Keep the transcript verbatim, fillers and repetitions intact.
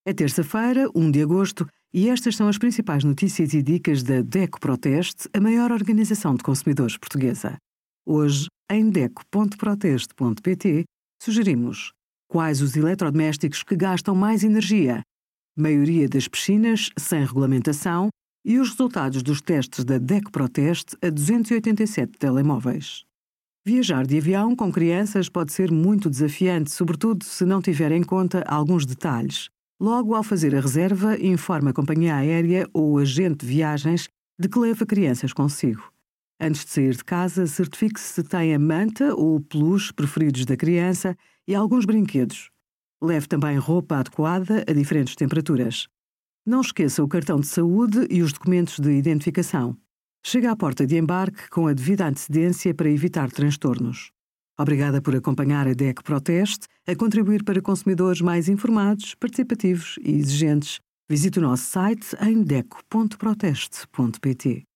É terça-feira, um de agosto, e estas são as principais notícias e dicas da DECO Proteste, a maior organização de consumidores portuguesa. Hoje, em deco ponto proteste ponto pt, sugerimos: quais os eletrodomésticos que gastam mais energia? Maioria das piscinas sem regulamentação e os resultados dos testes da DECO Proteste a duzentos e oitenta e sete telemóveis. Viajar de avião com crianças pode ser muito desafiante, sobretudo se não tiver em conta alguns detalhes. Logo ao fazer a reserva, informe a companhia aérea ou o agente de viagens de que leva crianças consigo. Antes de sair de casa, certifique-se se tem a manta ou o peluche preferidos da criança e alguns brinquedos. Leve também roupa adequada a diferentes temperaturas. Não esqueça o cartão de saúde e os documentos de identificação. Chegue à porta de embarque com a devida antecedência para evitar transtornos. Obrigada por acompanhar a DECO Proteste, a contribuir para consumidores mais informados, participativos e exigentes. Visite o nosso site em deco ponto proteste ponto pt.